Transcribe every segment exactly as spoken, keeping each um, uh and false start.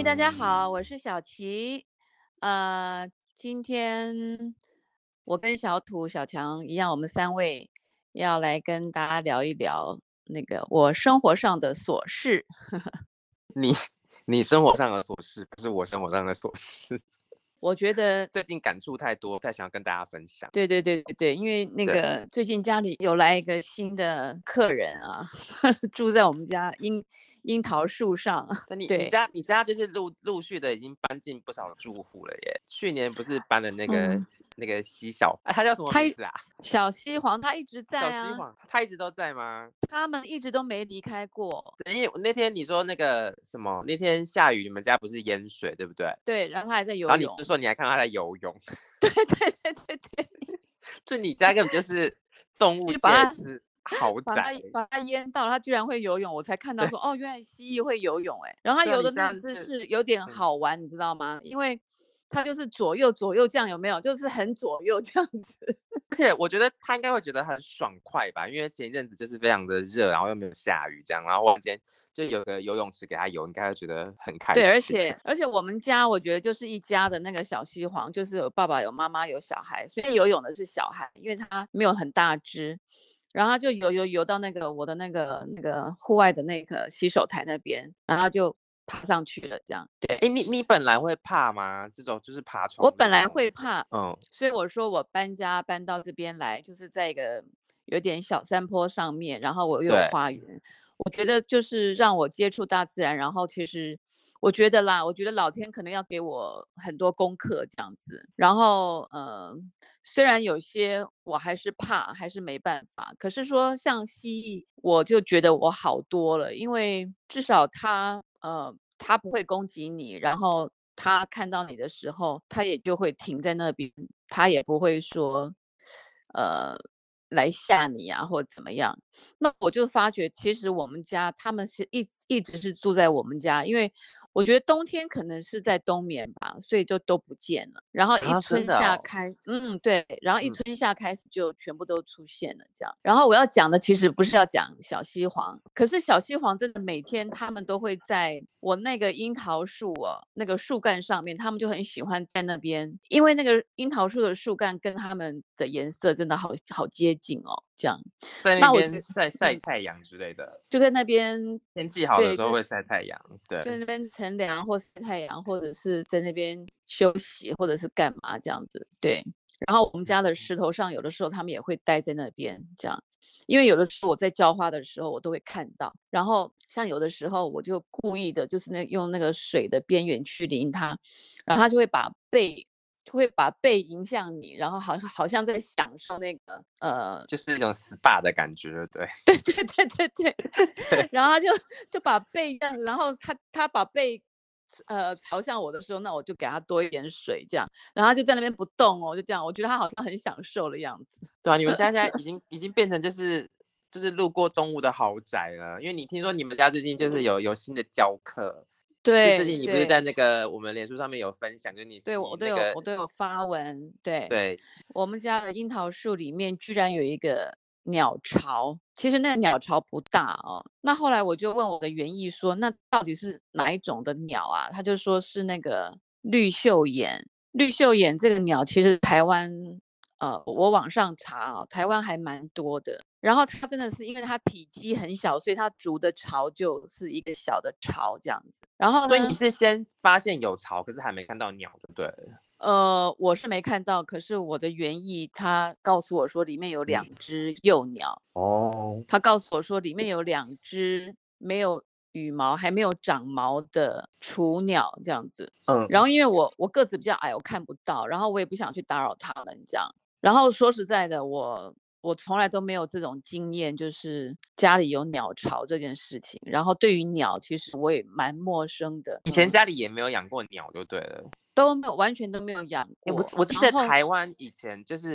大家好，我是小琪。呃，今天我跟小土、小强一样，我们三位要来跟大家聊一聊那个我生活上的琐事。 你你生活上的琐事，不是我生活上的琐事。 我觉得最近感触太多，不太想要跟大家分享。 对对对对对，因为那对， 个最近家里有来一个新的客人啊，住在我们家樱樱桃树上。 但你你对， 家你家就是陆陆续的已经搬进不少住户了耶。去年不是搬了那个嗯， 那个西小，哎，他叫什么他名字啊？ 小西黄他一直小在啊， 西黄，他一直都在吗？ 他们一直都没离开过。 因为那天你说那个什么，那天下雨，你们家不是淹水，对不对？ 对，然后他还在然后你就游泳。 说你还看到他在游泳， 对对对对对， 就你家根本就是动物就把它界是豪把它宅。 把它淹到，它居然会游泳，我才看到说哦，原来蜥蜴会游泳哎、然后它对啊， 游你的那个姿家是势有点嗯。 好玩，你知道吗？因为它就是左右左右这样，有没有？就是很左右这样子。 而且我觉得他应该会觉得很爽快吧，因为前一阵子就是非常的热，然后又没有下雨这样，然后忽然间就有个游泳池给他游，应该会觉得很开对，而心。 且而且我们家我觉得就是一家的那个小西黄，就是有爸爸有妈妈有小孩，所以游泳的是小孩，因为他没有很大只，然后他就游游游到那个我的那个那个户外的那个洗手台那边，然后就爬上去了，这样。对， 哎，你你本来会怕吗？这种就是爬我本来虫类这种。 会怕， 嗯， 所以我说我搬家搬到这边来，就是在一个有点小山坡上面，然后我又有对， 花园，我觉得就是让我接触大自然，然后其实我觉得啦，我觉得老天可能要给我很多功课这样子。然后呃，虽然有些我还是怕，还是没办法，可是说像蜥蜴，我就觉得我好多了，因为至少它呃它不会攻击你，然后它看到你的时候，它也就会停在那边，它也不会说呃来吓你啊或怎么样。那我就发觉，其实我们家他们是一一直是住在我们家，因为我觉得冬天可能是在冬眠吧，所以就都不见了。然后一啊，真春的哦。 夏开，嗯，对，然后一嗯， 春夏开始就全部都出现了这样。然后我要讲的其实不是要讲小西黄，可是小西黄真的每天他们都会在我那个樱桃树哦，那个树干上面，他们就很喜欢在那边，因为那个樱桃树的树干跟他们的颜色真的好好接近哦，这样。 在那那我觉得， 边晒晒嗯， 太阳之类的， 就在那边， 天气好的对，就时候会晒太阳。对， 就在那边乘凉或晒太阳，或者是在那边休息，或者是干嘛这样子。对，然后我们家的石头上，有的时候他们也会待在那边这样，因为有的时候我在浇花的时候，我都会看到。然后像有的时候，我就故意的，就是那用那个水的边缘去淋它，然后它就会把背。就会把背迎向你，然后好好像在享受那个呃就是一种 S P A 的感觉，对不对？ 对对对对对， 对， 然后他就就把背这样子，然后他他把背呃朝向我的时候，那我就给他多一点水这样，然后他就在那边不动哦，就这样，我觉得他好像很享受的样子。 对啊，你们家现在已经已经变成就是就是路过动物的豪宅了，因为你听说你们家最近就是有有新的教课，就最近你不是对对在那个我们脸书上面有分享，就是你对，我都你那个有我都有发文。对， 对。 我们家的樱桃树里面居然有一个鸟巢，其实那个鸟巢不大哦。那后来我就问我的园艺说，那到底是哪一种的鸟啊？他就说是那个绿袖眼。绿袖眼这个鸟，其实台湾，呃，我网上查哦，台湾还蛮多的。然后它真的是因为它体积很小，所以它筑的巢就是一个小的巢这样子。然后所以你呢， 是先发现有巢，可是还没看到鸟，就对了。 呃，我是没看到，可是我的园艺他告诉我说里面有两嗯， 只幼鸟， 哦， 他告诉我说里面有两只没有羽毛、还没有长毛的雏鸟这样子。然嗯， 后因为我我个子比较矮，我看不到，然后我也不想去打扰他们这样。然后说实在的，我我从来都没有这种经验，就是家里有鸟巢这件事情。然后对于鸟，其实我也蛮陌生的， 以前嗯， 家里也没有养过鸟，就对了。 都没有，完全都没有养哎，我过。 我记得然后台湾以前就是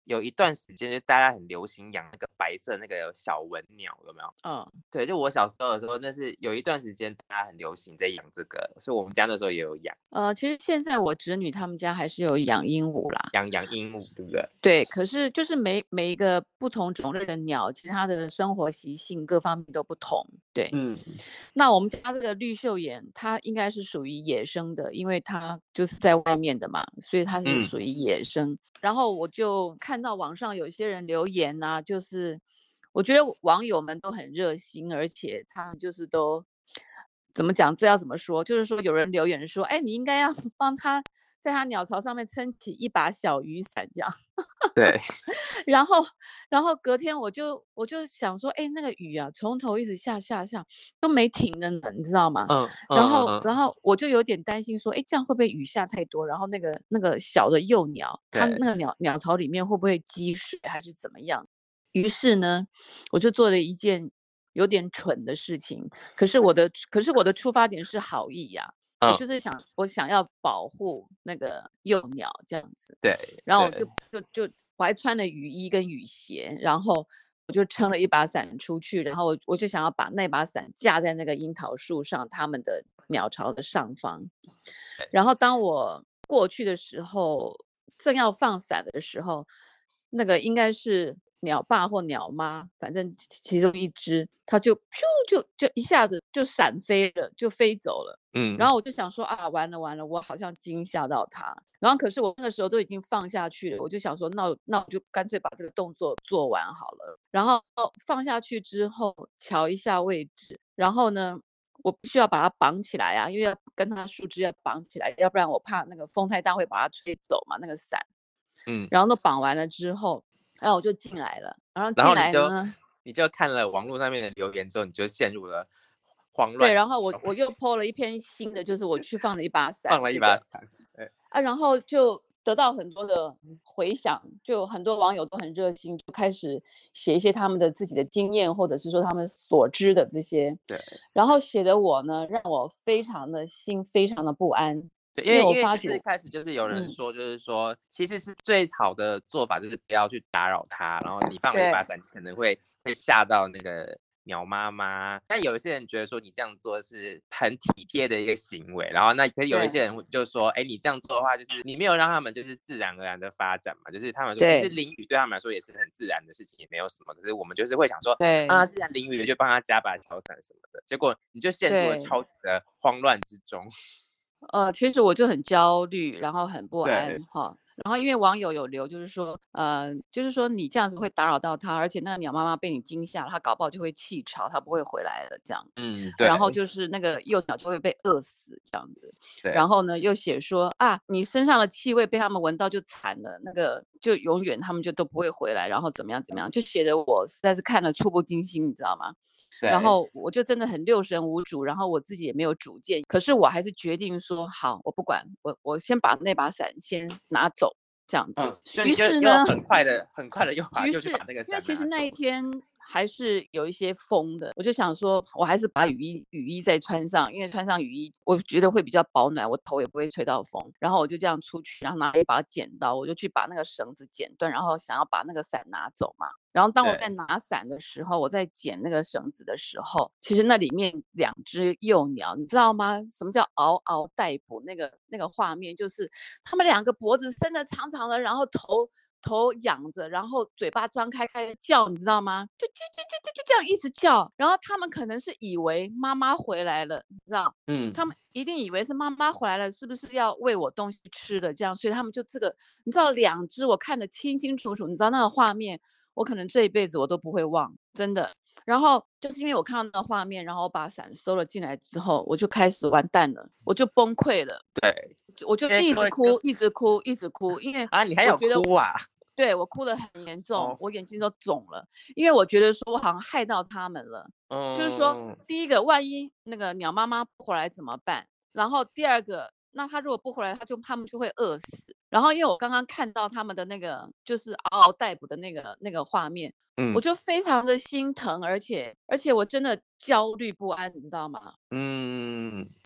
有一段时间就大家很流行养那个白色那个小文鸟，有没有？ 嗯， 对，就我小时候的时候，那是有一段时间大家很流行在养这个，所以我们家那时候也有养呃，其实现在我侄女他们家还是有养鹦鹉啦。 养养鹦鹉，对不对？ 对，可是就是每每一个不同种类的鸟，其实它的生活习性各方面都不同。对， 嗯那我们家这个绿袖眼，它应该是属于野生的，因为它就是在外面的嘛，所以它是嗯， 属于野生。然后我就看到网上有一些人留言啊，就是我觉得网友们都很热心，而且他们就是都怎么讲，这要怎么说？就是说有人留言说，哎，你应该要帮他在他鸟巢上面撑起一把小雨伞，这样。 对， 然后，然后隔天我就我就想说，哎，那个雨啊，从头一直下下下都没停的呢，你知道吗？ 嗯然后， 嗯嗯嗯， 然后我就有点担心说，哎，这样会不会雨下太多？然后那个那个小的幼鸟，它对， 那个鸟鸟巢里面会不会积水还是怎么样？于是呢，我就做了一件有点蠢的事情。可是我的，可是我的出发点是好意呀、我嗯就是想，我想要保护那个幼鸟这样子。 对然后我就对， 就就我还穿了雨衣跟雨鞋，然后我就撑了一把伞出去，然后我我就想要把那把伞架在那个樱桃树上，他们的鸟巢的上方。 对然后当我过去的时候，正要放伞的时候，那个应该是鸟爸或鸟妈，反正其其中一只，它就噗就就一下子就闪飞了，就飞走了。然嗯， 后我就想说啊，完了完了，我好像惊吓到它。然后可是我那个时候都已经放下去了，我就想说，那我那我就干脆把这个动作做完好了。然后放下去之后，瞧一下位置，然后呢，我必须要把它绑起来啊，因为要跟它树枝要绑起来，要不然我怕那个风太大会把它吹走嘛，那个伞。 嗯， 然后都绑完了之后，然后我就进来了。然后进然后你就来呢， 你就看了网络上面的留言之后，你就陷入了慌对， 乱之然后我中， 我又 po 了一篇新的，就是我去放了一把放了一伞这个。 把伞，对啊，然后就得到很多的回响，就很多网友都很热心，就开始写一些他们的自己的经验，或者是说他们所知的这些。 对然后写的我呢，让我非常的心非常的不安， 对，因因为为因为就我发觉， 是开始就是有人嗯， 说，就是说其实是最好的做法就是不要去打扰它，然后你放了一把对伞，可能会会吓到那个鸟妈妈。但有一些人觉得说你这样做是很体贴的一个行为，然后那可是有一对些人就说，哎，你这样做的话，就是你没有让他们就是自然而然的发展嘛，就是他们说其实对淋雨对他们来说也是很自然的事情，也没有什么。可是我们就是会想说， 对啊，既然淋雨了，就帮他加把小伞什么的，结果你就陷入了对， 超级的慌乱之中。 呃，其实我就很焦虑，然后很不安对哈。然后因为网友有留，就是说，呃，就是说你这样子会打扰到他，而且那个鸟妈妈被你惊吓了，它搞不好就会弃巢，它不会回来了这样。 嗯， 然后对就是那个幼鸟就会被饿死这样子。然对后呢，又写说啊，你身上的气味被他们闻到就惨了，那个就永远他们就都不会回来，然后怎么样怎么样，就写得我实在是看了触目惊心，你知道吗？然对， 后我就真的很六神无主，然后我自己也没有主见，可是我还是决定说好，我不管，我我先把那把伞先拿走，这样子。 嗯，所以于你就是呢， 又很快的、很快的又把于是又去把那个因为伞拿走。 其实那一天还是有一些风的，我就想说，我还是把雨衣雨衣再穿上，因为穿上雨衣，我觉得会比较保暖，我头也不会吹到风。然后我就这样出去，然后拿了一把剪刀，我就去把那个绳子剪断，然后想要把那个伞拿走嘛。然后当我在对， 拿伞的时候，我在剪那个绳子的时候，其实那里面两只幼鸟，你知道吗？什么叫嗷嗷待哺？那个那个画面就是它们两个脖子伸得长长的，然后头头仰着，然后嘴巴张开开始叫，你知道吗？就叽叽叽叽叽这样一直叫。然后它们可能是以为妈妈回来了，你知道？ 嗯， 他们一定以为是妈妈回来了，是不是要喂我东西吃的？这样，所以他们就这个，你知道，两只我看得清清楚楚，你知道那个画面，我可能这一辈子我都不会忘，真的。然后就是因为我看到那个画面，然后我把伞收了进来之后，我就开始完蛋了，我就崩溃了， 对， 我就因为一直哭， 各位哥一直哭，一直哭，因为啊，你还有我觉得， 哭啊？ 对，我哭得很严重， 哦， 我眼睛都肿了，因为我觉得说我好像害到他们了。就是说， 嗯， 第一个，万一那个鸟妈妈不回来怎么办？然后第二个，那他如果不回来，他就他们就会饿死。然后因为我刚刚看到他们的那个就是嗷嗷待哺的那个那个画面，我嗯就非常的心疼，而且而且我真的焦虑不安，你知道吗？ 嗯，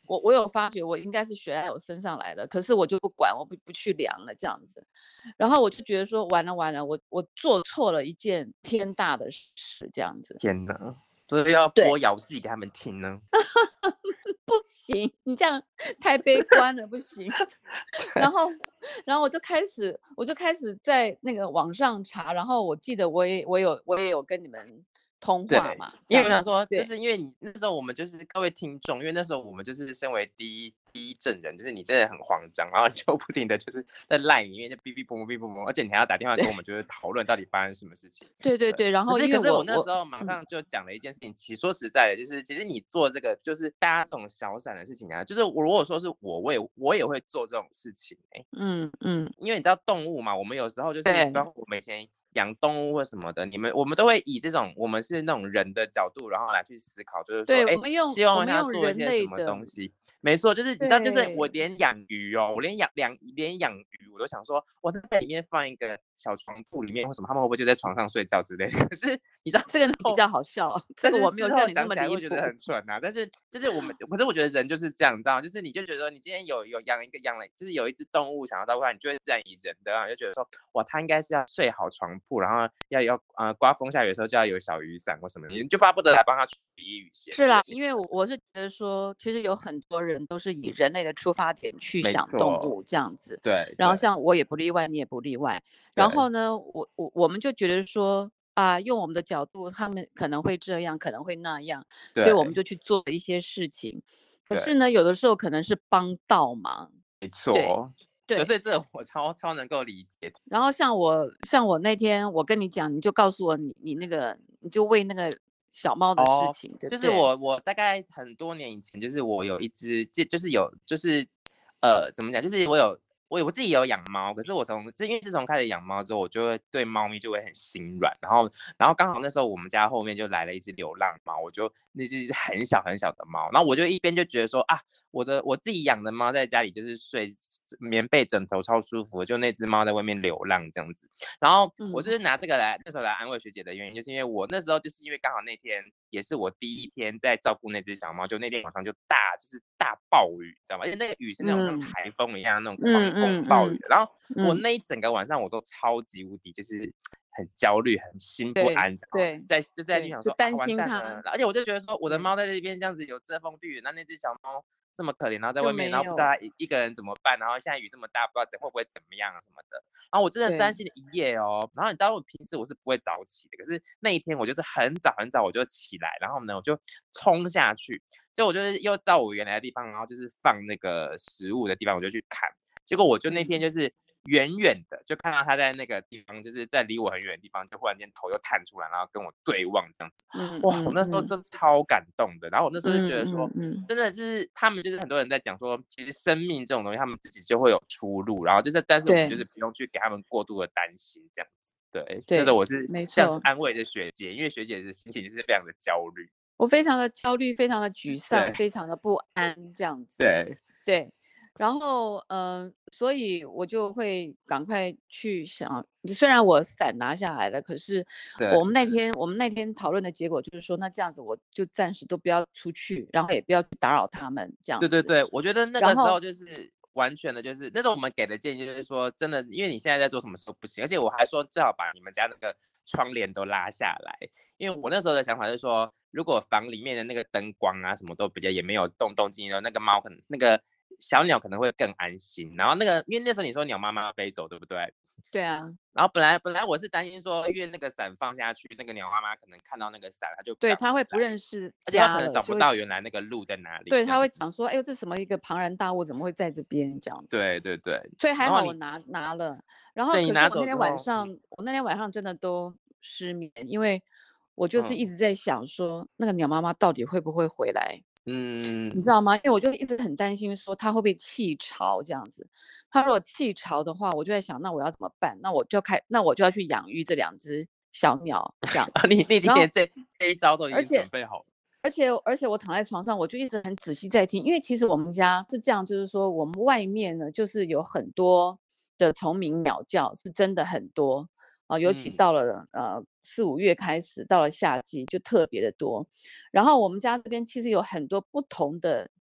我我有发觉我应该是学在我身上来的，可是我就不管，我不不去量了这样子。然后我就觉得说完了完了，我我做错了一件天大的事这样子。 天哪，所以要对， 播谣记给他们听呢？ 不行，你这样太悲观了，不行。然后，然后我就开始，我就开始在那个网上查，然后我记得我也我有我也有跟你们通话对， 嘛，这样子。 因为我想说，就对是因为你那时候我们就是各位听众，因为那时候我们就是身为第一第一证人，就是你真的很慌张，然后你就不停的就是在 LINE 里面就哔哔啵啵哔啵啵，而且你还要打电话跟我们就是讨论到底发生什么事情。对， 对对对，然可是可后因为是我那时我我候马嗯上就讲了一件事情，其实说实在的，就是其实你做这个就是大家这种小散的事情啊，就是我如果说是我，我也我也会做这种事情哎、欸嗯嗯， 因为你知道动物嘛，我们有时候就是包对括我们以前养动物或什么的，你们我们都会以这种我们是那种人的角度，然后来去思考，就是说， 对，我哎， 们用希望我们用它做一人类些什么东的， 西。没错，就是你知道，就是我对连养鱼哦，我连养两连养鱼，我都想说，哇，那在里面放一个小床铺里面或什么，他们会不会就在床上睡觉之类的？可是你知道这个比事后较好笑，这但是个我没有事后想像你那么起来会觉得离谱。 很蠢啊。但是就是我们，可是我觉得人就是这样，你知道，就是你就觉得说，你今天有有养一个养了，就是有一只动物想要照顾它，你就会自然以人的啊，就觉得说，哇，它应该是要睡好床铺，然后要要呃刮风下雨的时候就要有小雨伞或什么，你就巴不得来帮它处理雨鞋是啦， 这个行因为我我是觉得说，其实有很多人都是以人类的出发点去没想动错， 物这样子， 对对然后像我也不例外，你也不例外。然对后呢，我我我们就觉得说啊，用我们的角度，他们可能会这样，可能会那样，所以我们对就去做了一些事情。可是对， 呢，有的时候可能是帮倒忙， 没对错，对，所对。 以这我超超能够理解。 然后像我像我那天我跟你讲，你就告诉我你你那个你就喂那个小猫的事哦， 情，对不就是对？ 我我大概很多年以前，就是我有一只，就就是有就是呃怎么讲，就是我有我有我自己有养猫，可是我从这因为自从开始养猫之后，我就会对猫咪就会很心软，然后然后刚好那时候我们家后面就来了一只流浪猫，我就那只很小很小的猫，然后我就一边就觉得说啊，我的我自己养的猫在家里就是睡棉被枕头超舒服，就那只猫在外面流浪这样子。然后我嗯就是拿这个来那时候来安慰学姐的原因，就是因为我那时候就是因为刚好那天也是我第一天在照顾那只小猫，就那天晚上就大就是大暴雨，知道吗？而且那个雨是那种像嗯台风一样那种狂嗯风嗯嗯暴雨的。然后我嗯， 那一整个晚上我都超级无敌，就是很焦虑、很心不对安，然后对在就在那边对， 想说啊就担完蛋了， 心它， 而且我就觉得说我的对， 猫在这边这样子有遮风避雨，那那只小猫这么可怜，然后在就外面，然后不知道没有， 它一一个人怎么办，然后现在雨这么大，不知道怎会不会怎么样啊什么的。然后我真的担对， 心了一夜哦。然后你知道我平时我是不会早起的，可是那一天我就是很早很早我就起来，然后呢我就冲下去，就我就是又照我原来的地方，然后就是放那个食物的地方，我就去砍。结果我就那天嗯就是远远的就看到他在那个地方，就是在离我很远的地方，就忽然间头又探出来，然后跟我对望这样子。 嗯哇，我那时候嗯嗯真的超感动的。然后我那时候就嗯觉得说， 嗯嗯， 真的就是他们就是很多人在讲说，其实生命这种东西，他们自己就会有出路，然后就是但是我们就对是不用去给他们过度的担心这样子。对，那时候对， 我是这样子没错。 安慰着学姐，因为学姐的心情就是非常的焦虑。 我非常的焦虑，非常的沮丧， 对非常的不安，这样子。 对对，然后嗯、呃所以我就会赶快去想，虽然我伞拿下来了，可是我们对那天我们那天讨论的结果就是说，那这样子我就暂时都不要出去，然后也不要去打扰他们，这样子。 对对对，我觉得那然后个时候就是完全的，就是那时候我们给的建议就是说，真的，因为你现在在做什么事都不行，而且我还说最好把你们家那个窗帘都拉下来，因为我那时候的想法是说，如果房里面的那个灯光啊什么都比较也没有动动静的，那个猫可能那个小鸟可能会更安心。然后那个因为那时候你说鸟妈妈飞走，对不对？ 对啊， 然后本来本来我是担心说，因为那个伞放下去，那个鸟妈妈可能看到那个伞，它就不对， 敢回他会不来， 认识而且它可能家了，就会找不到原来那个路在哪里， 对他这样子。 会讲说，哎呦，这什么一个庞然大物，怎么会在这边这样子？ 对对对， 所以还然后你好我拿拿了，然后对你拿可是我那天走之后， 晚上，我那天晚上真的都失眠，因为我就是一嗯直在想说，那个鸟妈妈到底会不会回来，你知嗯， 道吗？因为我就一直很担心说它会不会弃巢这样子。它如果弃巢的话，我就在想，那我要怎么办？那我就开，那我就要去养育这两只小鸟这样。 你你已经然后连这这一招都已经而且准备好了， 而且而且我躺在床上，我就一直很仔细在听，因为其实我们家是这样，就是说我们外面呢，就是有很多的虫鸣鸟叫，是真的很多啊、尤其嗯到了呃四五月开始，到了夏季就特别的多。然后我们家这边其实有很多不同的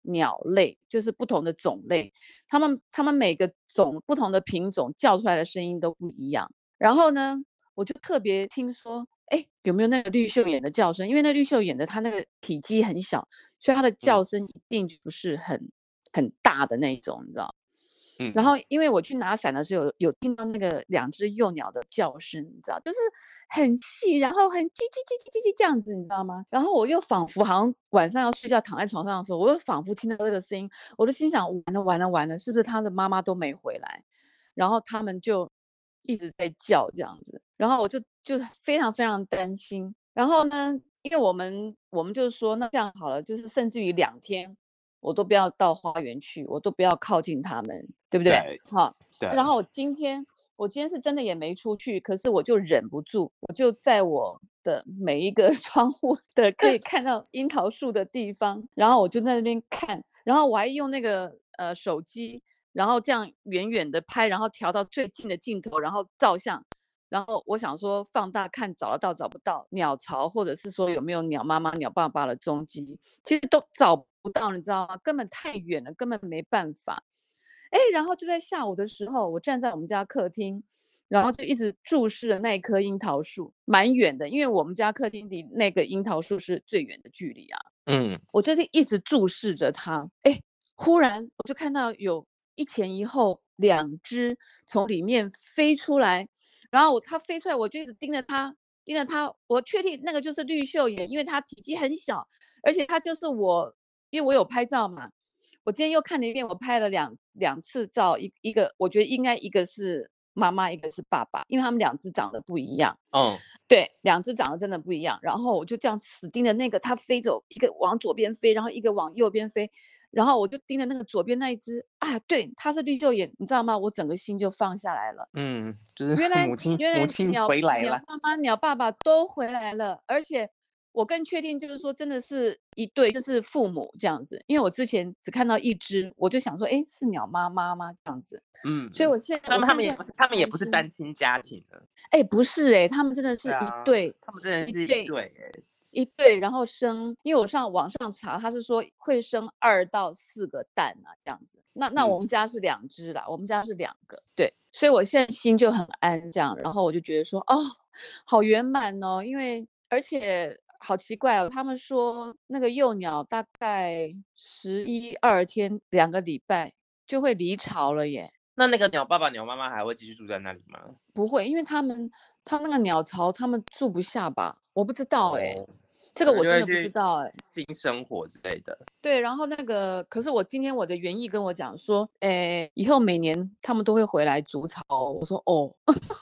鸟类，就是不同的种类，它们它们每个种不同的品种叫出来的声音都不一样。然后呢，我就特别听说，哎，有没有那个绿袖眼的叫声？因为那绿袖眼的它那个体积很小，所以它的叫声一定不是很很大的那种，你知道？然嗯， 后因为我去拿伞的时候有有听到那个两只幼鸟的叫声，你知道，就是很细，然后很叽叽叽叽叽叽这样子，你知道吗？然后我又仿佛好像晚上要睡觉躺在床上的时候，我又仿佛听到这个声音，我就心想完了完了完了，是不是他的妈妈都没回来？然后他们就一直在叫这样子，然后我就就非常非常担心。然后呢，因为我们我们就是说，那这样好了，就是甚至于两天我都不要到花园去，我都不要靠近他们，对不对？ 对好，然对， 后我今天我今天是真的也没出去，可是我就忍不住，我就在我的每一个窗户的可以看到樱桃树的地方，然后我就在那边看，然后我还用那个呃手机，然后这样远远的拍，然后调到最近的镜头，然后照相。然后我想说放大看找得到找不到鸟巢，或者是说有没有鸟妈妈、鸟爸爸的踪迹，其实都找不到，你知道吗？根本太远了，根本没办法。哎，然后就在下午的时候，我站在我们家客厅，然后就一直注视了那一棵樱桃树，蛮远的，因为我们家客厅离那个樱桃树是最远的距离啊。 嗯， 我就是一直注视着它，哎，忽然我就看到有一前一后两只从里面飞出来，然后我它飞出来，我就一直盯着它，盯着它，我确定那个就是绿袖眼，因为它体积很小，而且它就是我，因为我有拍照嘛，我今天又看了一遍，我拍了两两次照，一一个我觉得应该一个是妈妈，一个是爸爸，因为他们两只长得不一样。 嗯， 对，两只长得真的不一样。然后我就这样死盯着那个，它飞走，一个往左边飞，然后一个往右边飞，然后我就盯着那个左边那一只，啊，对，它是绿袖眼，你知道吗？我整个心就放下来了。 嗯，就是原来母亲原来母亲鸟回来了。 鸟妈妈、鸟爸爸都回来了，而且我更确定就是说真的是一对，就是父母这样子。因为我之前只看到一只，我就想说，哎，是鸟妈妈吗？这样子。 嗯， 所以我现在他们他们也我现在不是他们也担心， 不是单亲家庭的。 哎，不是哎，他们真的是一对啊， 对他们真的是一一对对欸。 一对，然后生，因为我上网上查，他是说会生二到四个蛋啊，这样子。那那我嗯， 们家是两只啦，我们家是两个，对，所以我现在心就很安这样，然后我就觉得说，哦，好圆满哦，因为而且好奇怪哦，他们说那个幼鸟大概十一二天，两个礼拜就会离巢了耶。 那那个鸟爸爸、鸟妈妈还会继续住在那里吗？ 不会，因为他们他那个鸟巢他们住不下吧？我不知道哎、 哦， 这个可能我真的不知就会去道哎、 新生活之类的。 对，然后那个，可是我今天我的园艺跟我讲说，诶，以后每年他们都会回来筑巢哦。我说哦，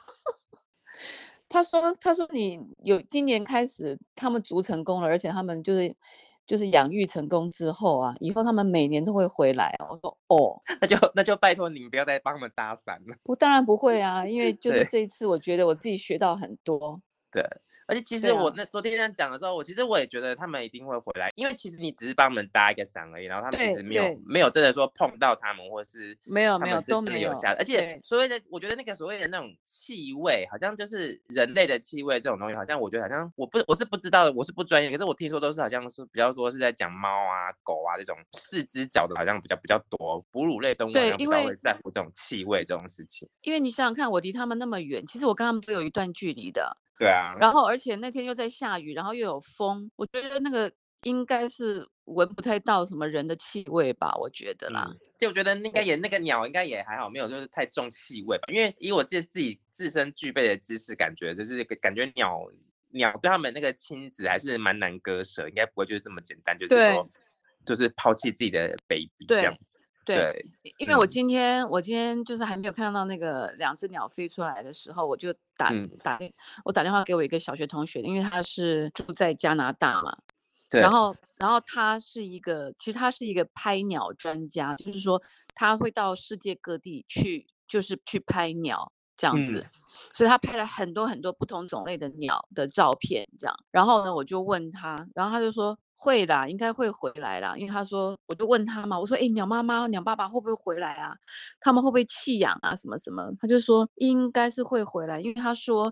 他说他说你有今年开始他们筑成功了，而且他们就是就是养育成功之后啊，以后他们每年都会回来哦。我说哦， 那就那就拜托您不要再帮他们搭伞了。 不，当然不会啊，因为就是对。 这一次我觉得我自己学到很多。 对，而且其实对啊， 我那昨天这样讲的时候，我其实我也觉得他们一定会回来，因为其实你只是帮他们搭一个伞而已，然后他们其实没有对对， 没有真的说碰到他们，或是没有没有他们是都没有， 真的有下，而且对所谓的我觉得那个所谓的那种气味，好像就是人类的气味这种东西，好像我觉得好像我不我是不知道的，我是不专业，可是我听说都是好像是比较说是在讲猫啊狗啊这种四只脚的，好像比较比较多，哺乳类动物好对， 像比因为较会在乎这种气味这种事情。 因为你想想看，我离他们那么远，其实我跟他们都有一段距离的。 对啊， 然后而且那天又在下雨，然后又有风，我觉得那个应该是闻不太到什么人的气味吧，我觉得啦。 嗯，就我觉得应该对也那个鸟应该也还好，没有就是太重气味吧。因为以我自自己自身具备的知识，感觉就是感觉鸟鸟对他们那个亲子还是蛮难割舍，应该不会就是这么简单，就是对说就是抛弃自己的 baby 这样对子。 对， 对， 因因为我嗯今天我今天就是还没有看到那个两只鸟飞出来的时候，我就打嗯， 打电我打电话给我一个小学同学，因为他是住在加拿大嘛，然对， 后然后他是一个，其实他是一个拍鸟专家，就是说他会到世界各地去，就是去拍鸟这样嗯子，所以他拍了很多很多不同种类的鸟的照片，这样。然后呢，我就问他，然后他就说会啦，应该会回来啦，因为他说，我就问他嘛，我说，哎，鸟妈妈、鸟爸爸会不会回来啊？他们会不会弃养啊？什么什么？他就说应该是会回来，因为他说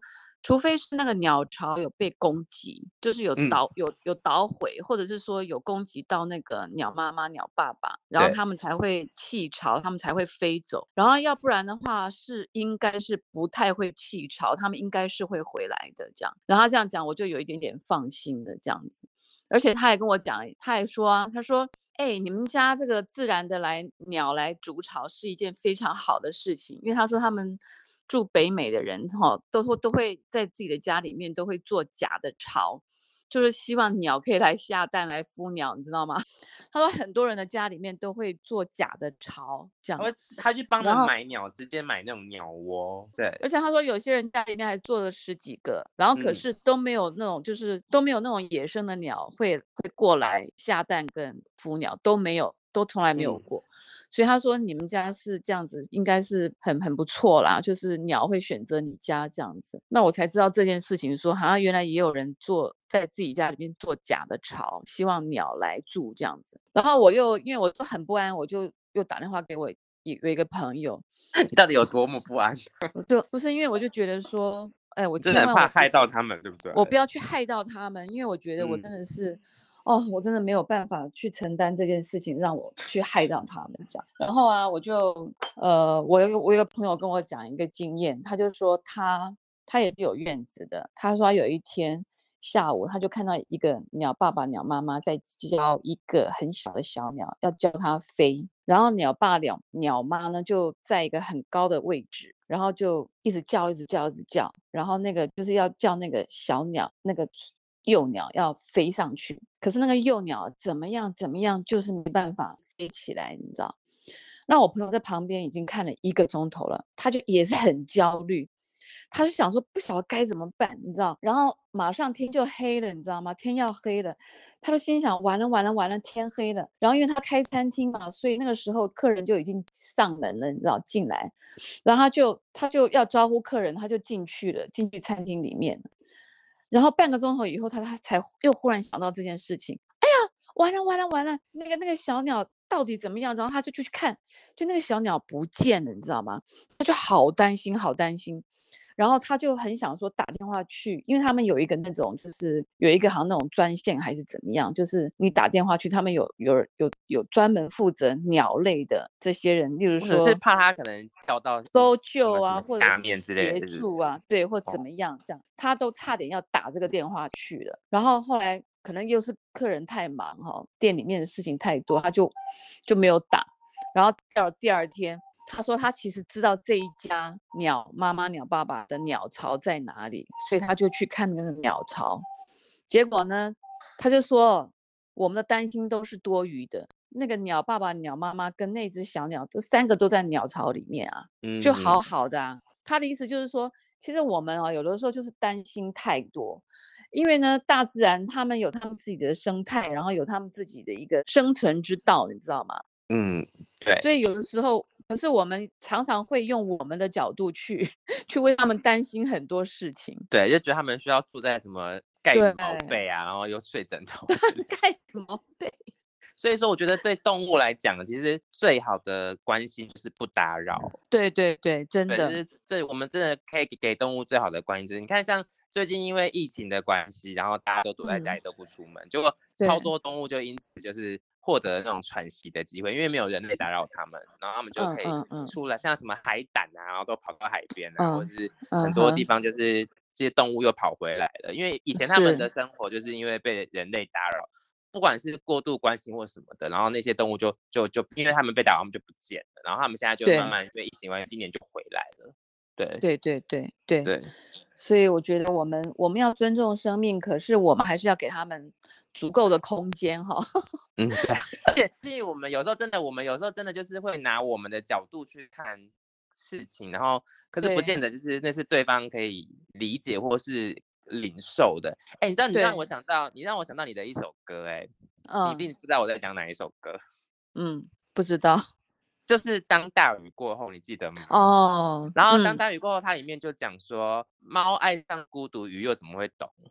除非是那个鸟巢有被攻击，就是有嗯， 捣有有捣毁，或者是说有攻击到那个鸟妈妈、鸟爸爸，然后对， 他们才会弃巢，他们才会飞走。然后要不然的话是应该是不太会弃巢，他们应该是会回来的这样。然后他这样讲，我就有一点点放心的这样子。而且他还跟我讲，他还说啊，他说：“哎，你们家这个自然的来鸟来筑巢是一件非常好的事情，因为他说他们住北美的人哈，都会都会在自己的家里面都会做假的巢，就是希望鸟可以来下蛋来孵鸟，你知道吗？他说很多人的家里面都会做假的巢，这样。 他会他去帮他然后们买鸟，直接买那种鸟窝，对， 而且他说有些人家里面还做了十几个，然后可嗯是都没有那种，就是都没有那种野生的鸟会会过来下蛋跟孵鸟，都没有，都从来没有嗯， 过。所以他说你们家是这样子，应该是很很不错啦，就是鸟会选择你家这样子。那我才知道这件事情说，好像原来也有人做在自己家里面做假的巢，希望鸟来住这样子。然后我又因为我都很不安，我就又打电话给我有有一个朋友， 你到底有多么不安？ 我就不是因为我就觉得说，哎，我你真的很千万我不怕害到他们，对不对？ 我不要去害到他们，因为我觉得我真嗯， 的是，哦，我真的没有办法去承担这件事情，让我去害到他们这样。然后啊，我就呃，我有一个我有一个朋友跟我讲一个经验，他就说他他也是有院子的，他说他有一天下午他就看到一个鸟爸爸鸟妈妈在教一个很小的小鸟，要教它飞。然后鸟爸鸟鸟妈呢就在一个很高的位置，然后就一直叫一直叫一直叫，然后那个就是要叫那个小鸟那个幼鸟要飞上去，可是那个幼鸟怎么样怎么样就是没办法飞起来，你知道。那我朋友在旁边已经看了一个钟头了，他就也是很焦虑，他就想说不晓得该怎么办，你知道，然后马上天就黑了，你知道吗？天要黑了，他就心想完了完了完了，天黑了。然后因为他开餐厅嘛，所以那个时候客人就已经上门了，你知道进来，然后他就他就要招呼客人，他就进去了，进去餐厅里面。然后半个钟头以后，他他才又忽然想到这件事情，哎呀，完了完了完了，那个那个小鸟到底怎么样？然后他就去看，就那个小鸟不见了，你知道吗？他就好担心，好担心。然后他就很想说打电话去，因为他们有一个那种，就是有一个好像那种专线还是怎么样，就是你打电话去，他们有有有有专门负责鸟类的这些人，例如或者是说怕他可能跳到什搜救啊， 么什么或者是下面之类协的，是不是？ 助啊，对，或怎哦， 么样这样，他都差点要打这个电话去了。然后后来可能又是客人太忙哈，店里面的事情太多，他就就没有打。然后到第二天，他说他其实知道这一家鸟妈妈、鸟爸爸的鸟巢在哪里，所以他就去看那个鸟巢。结果呢，他就说我们的担心都是多余的。那个鸟爸爸、鸟妈妈跟那只小鸟，都三个都在鸟巢里面啊，就好嗯， 好的啊。他的意思就是说，其实我们啊，有的时候就是担心太多，因为呢，大自然他们有他们自己的生态，然后有他们自己的一个生存之道，你知道吗？ 嗯，对所以有的时候，可是我们常常会用我们的角度去去为他们担心很多事情。 对，就觉得他们需要住在什么盖羽对， 毛被啊，然后又睡枕头之类的。 盖什么被？ 所以说，我觉得对动物来讲，其实最好的关心就是不打扰。 对对对，真对，就的， 是这我们真的可以给给动物最好的关心，就是你看，像最近因为疫情的关系，然后大家都躲在家嗯， 里都不出门，结果超对， 多动物就因此就是获得那种喘息的机会，因为没有人类打扰它们，然后它们就嗯可以嗯嗯出来，像什么海胆啊，然后都跑到海边啊，或嗯者是很嗯哼， 多地方就是这些动物又跑回来了，因为以前它们的是， 生活就是因为被人类打扰。不管是过度关心或什么的，然后那些动物就就就因为它们被打扰，它们就不见了，然后它们现在就慢对慢因为疫情关系，今年就回来了。对对对对对， 对， 所以我觉得我们我们要尊重生命，可是我们还是要给他们足够的空间哈。 嗯对，而且至于我们有时候真的，我们有时候真的就是会拿我们的角度去看事情，然后可是不对见得就是那是对方可以理解或是领受的。哎，你知道，你让对， 我想到，你让我想到你的一首歌，哎，你一嗯定不知道我在讲哪一首歌， 嗯，不知道就是当大雨过后，你记得吗？ 哦， 然后当嗯大雨过后，它里面就讲说，猫爱上孤独，鱼又怎么会懂？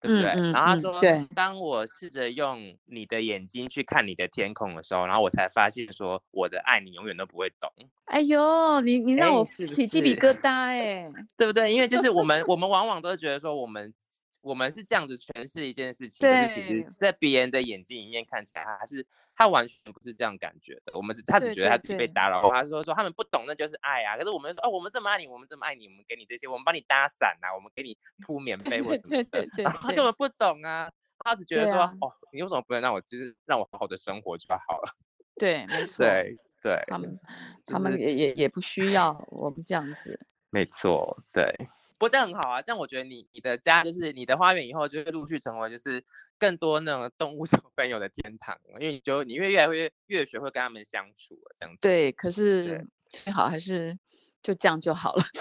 对不对？ 嗯嗯然后他说， 嗯对， 当我试着用你的眼睛去看你的天空的时候，然后我才发现说，我的爱你永远都不会懂。 哎呦，你你让哎， 我是不起鸡皮是？ 疙瘩哎， 对不对？因为就是我们我们往往都觉得说我们我们是这样子诠释一件事情，可是其实对在别人的眼睛里面看起来，他是他完全不是这样感觉的。我们只他只对觉得他自己被对对打扰，他说说他们不懂那就是爱啊。可是我们说哦，我们这么爱你，我们这么爱你，我们给你这些，我们帮你搭伞啊，我们给你铺棉被或对什么的， 对对对然后他根对本不懂啊。他只觉得说对啊， 哦，你为什么不能让我就是让我好好的生活就好了？ 对，没错， 对对， 他们就是他们也也也不需要我们这样子。 没错，对。不过这样很好啊，这样我觉得你你的家就是你的花园以后就会陆续成为就是更多那种动物小朋友的天堂了，因为你就你会越来越越学会跟他们相处了，这样子。 对，可对， 是最好还是就这样就好了。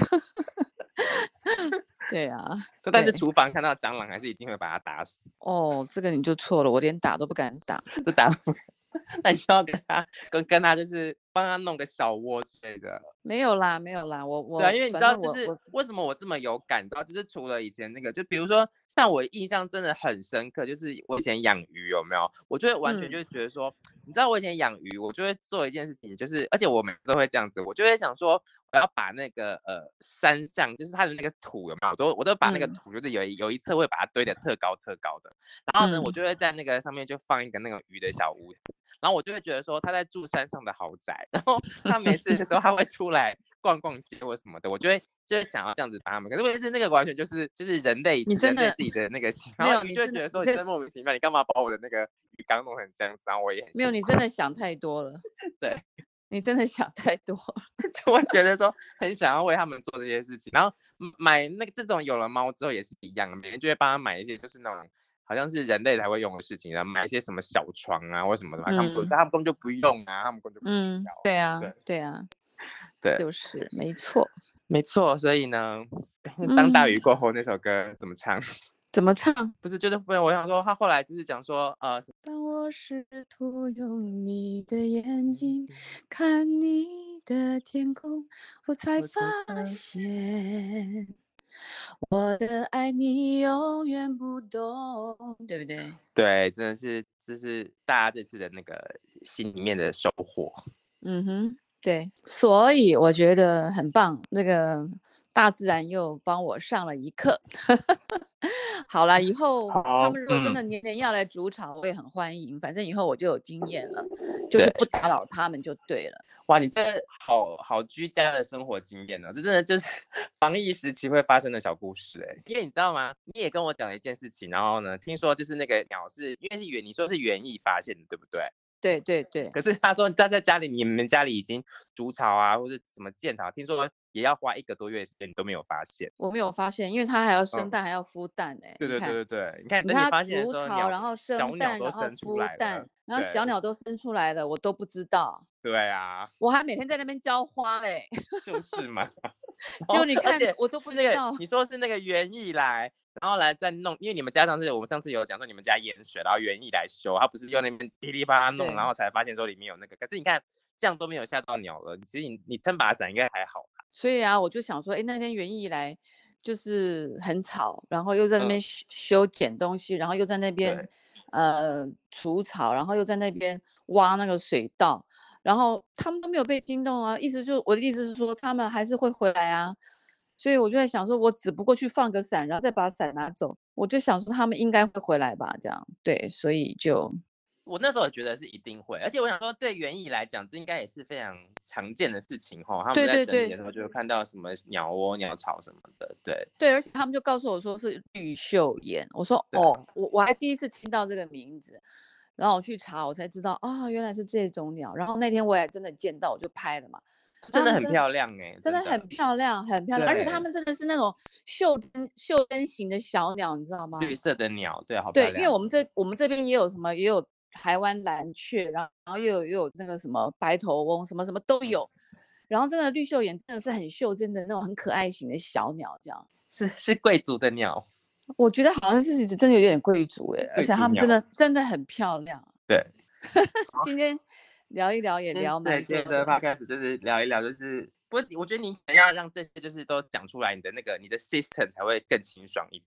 对啊， 但是对， 厨房看到蟑螂还是一定会把它打死， 哦，这个你就错了，我连打都不敢打。 这打不那你就要跟他跟跟他就是帮他弄个小窝之类的。 没有啦，没有啦，我对啊， 我反因为你知道，就是正我我为什么我这么有感，你知道，就是除了以前那个，就比如说像我印象真的很深刻，就是我以前养鱼有没有？我就会完全嗯就觉得说，你知道我以前养鱼，我就会做一件事情，就是而且我每次都会这样子，我就会想说，我要把那个呃山上，就是它的那个土有没有？我都我都把那个嗯土，就是有一有一侧会把它堆得特高特高的，然后呢，我嗯就会在那个上面就放一个那个鱼的小屋子。然后我就会觉得说他在住山上的豪宅，然后他没事的时候他会出来逛逛街或什么的，我就会就会想要这样子把他们。可是问题是那个完全就是就是人类你真的人类自己的那个心，然没后鱼就会有你真的觉得说你你这真莫名其妙，你干嘛把我的那个鱼缸弄成这样子？然后我也很没有你辛苦， 真的想太多了， 对， 你真的想太多了。 就会觉得说很想要为他们做这些事情。然后买那个这种有了猫之后也是一样，每人就会帮他买一些就是那种。好像是人类才会用的事情，然后买一些什么小床啊或什么的，他们嗯他们根本就不用啊，他们根本就不需嗯， 要。 对啊对对啊， 对， 就是没错。 没错，所以呢，当大嗯， 雨过后那首歌怎么唱？ 怎么唱？ 不是，就是不我想说，他后来就是讲说，呃， 当我试图用你的眼睛看你的天空，我才发现我的爱你永远不懂，对不对？ 对，真的是，这是大家这次的那个心里面的收获。 嗯哼，对，所以我觉得很棒，那个大自然又帮我上了一课。好啦，以后他好， 们如果真嗯， 的年年要来筑巢，我也很欢迎。反正以后我就有经验了，就是对， 不打扰他们就对了。 哇，你这好好居家的生活经验呢、哦，这真的就是防疫时期会发生的小故事哎。因为你知道吗？你也跟我讲了一件事情，然后呢，听说就是那个鸟是因为是园，你说是园艺发现的，对不对？ 对对对， 可是他说他在家里，你们家里已经筑巢啊，或者什么建巢，听说也要花一个多月的时间，你都没有发现。 我没有发现，因为它还要生嗯， 蛋，还要孵蛋哎、 对对对你看， 对对，你看等你你看它发现的时候， 筑巢， 鸟然后小生蛋， 鸟都然后生出来孵蛋， 了。 然后小对鸟都生出来了，我都不知道。 对啊， 我还每天在那边浇花嘞， 就是嘛。 结果你看而且我都不是那个知道。 你说是那个园艺来，然后来再弄，因为你们家上次我们上次有讲说你们家淹水，然后园艺来修，他不是用那边噼里啪啦弄， 对， 然后才发现说里面有那个。可是你看这样都没有吓到鸟了，其实你你撑把伞应该还好吧？ 所以啊，我就想说，哎，那天园艺来就是很吵，然后又在那边嗯， 修修剪东西，然后又在那边对。 呃除草，然后又在那边挖那个水稻，然后他们都没有被惊动啊。意思就我的意思是说，他们还是会回来啊。所以我就在想说，我只不过去放个伞，然后再把伞拿走，我就想说他们应该会回来吧，这样对，所以就我那时候也觉得是一定会，而且我想说，对园艺来讲，这应该也是非常常见的事情哈。他们在对对对整理的时候就会看到什么鸟窝、鸟巢什么的，对对，而且他们就告诉我说是绿袖眼，我说对， 哦，我我还第一次听到这个名字，然后我去查，我才知道啊，原来是这种鸟。然后那天我也真的见到，我就拍了嘛。 真的很他们真的漂亮哎、 真的真的。 很漂亮，很漂亮，而且他对， 们真的是那种袖珍袖珍型的小鸟，你知道吗？ 绿色的鸟，对，好漂对，因为亮。 我们这我们这边也有什么，也有台湾蓝雀，然后然后又有又有那个什么白头翁，什么什么都嗯， 有。然后这个绿袖眼真的是很袖珍的那种很可爱型的小鸟，这样。 是是贵族的鸟， 我觉得好像是真的有点贵族哎，而贵族且他们真的鸟。 真的很漂亮。 对，好， 今天聊一聊也今天聊蛮多对今天的的， podcast 就是聊一聊，就是不过我觉得你要让这些就是都讲出来，你的那个你的 system 才会更清爽一点。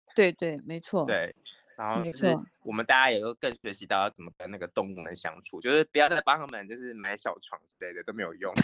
对对，没错， 对，然后就是没错。 我们大家也都更学习到要怎么跟那个动物们相处，就是不要再帮他们就是买小床之类的都没有用。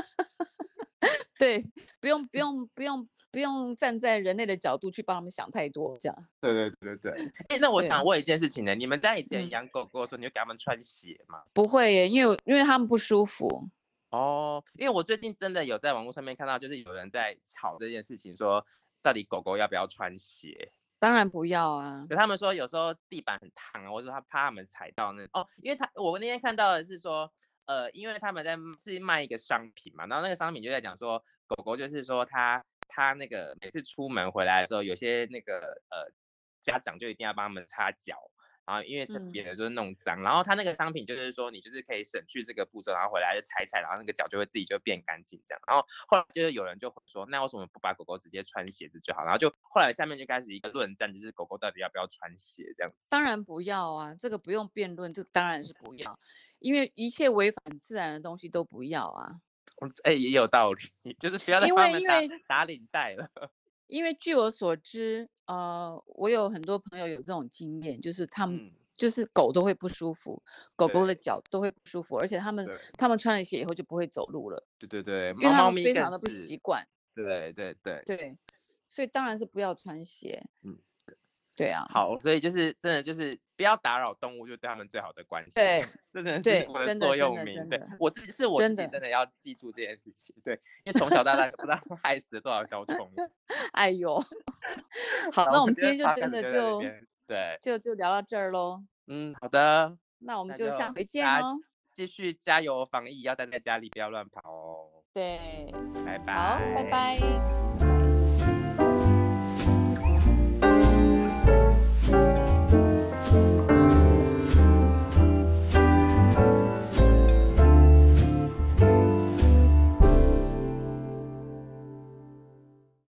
对，不用不用不用不用站在人类的角度去帮他们想太多，这样。 对对对对对。哎，那我想对， 问一件事情呢，你们在以前嗯， 养狗狗的时候，你会给他们穿鞋吗？ 不会耶，因为因为他们不舒服。 哦，因为我最近真的有在网络上面看到，就是有人在吵这件事情，说到底狗狗要不要穿鞋？ 当然不要啊。 就他们说有时候地板很烫啊，或者说他怕他们踩到那哦，因为他我那天看到的是说，呃，因为他们在是卖一个商品嘛，然后那个商品就在讲说，狗狗就是说它它那个每次出门回来的时候，有些那个呃家长就一定要帮他们擦脚，然后因为嗯， 别人就是弄脏，然后他那个商品就是说你就是可以省去这个步骤，然后回来就踩踩，然后那个脚就会自己就变干净这样。然后后来就是有人就说，那为什么不把狗狗直接穿鞋子就好？然后就后来下面就开始一个论战，就是狗狗到底要不要穿鞋这样子。 当然不要啊，这个不用辩论，这当然是不要，因为一切违反自然的东西都不要啊。 嗯，哎、也有道理，就是不要再因帮他们打为因为打领带了。 因为据我所知，呃，我有很多朋友有这种经验，就是他们嗯， 就是狗都会不舒服，狗狗的对脚都会不舒服，而且他们对他们穿了鞋以后就不会走路了， 对对对， 因为他们猫猫咪非常的不更是， 习惯。 对对对， 对，所以当然是不要穿鞋。 嗯。 对啊， 好，所以就是真的就是不要打扰动物，就对他们最好的关系。 对这真的是对， 我的座真的真右铭。对的真的我自己是我自真的， 己真的要记住这件事情。对，因为从小到大不知道害死了多少小宠物。 哎呦，好， 那我们今天那我们今天就 p 真就在这的就边。对， 就就聊到这儿喽， 嗯，好的， 那我们那就就下回见大家哦。 继续加油防疫，要待在家里，不要乱跑哦。 对， 拜好，拜拜。 拜。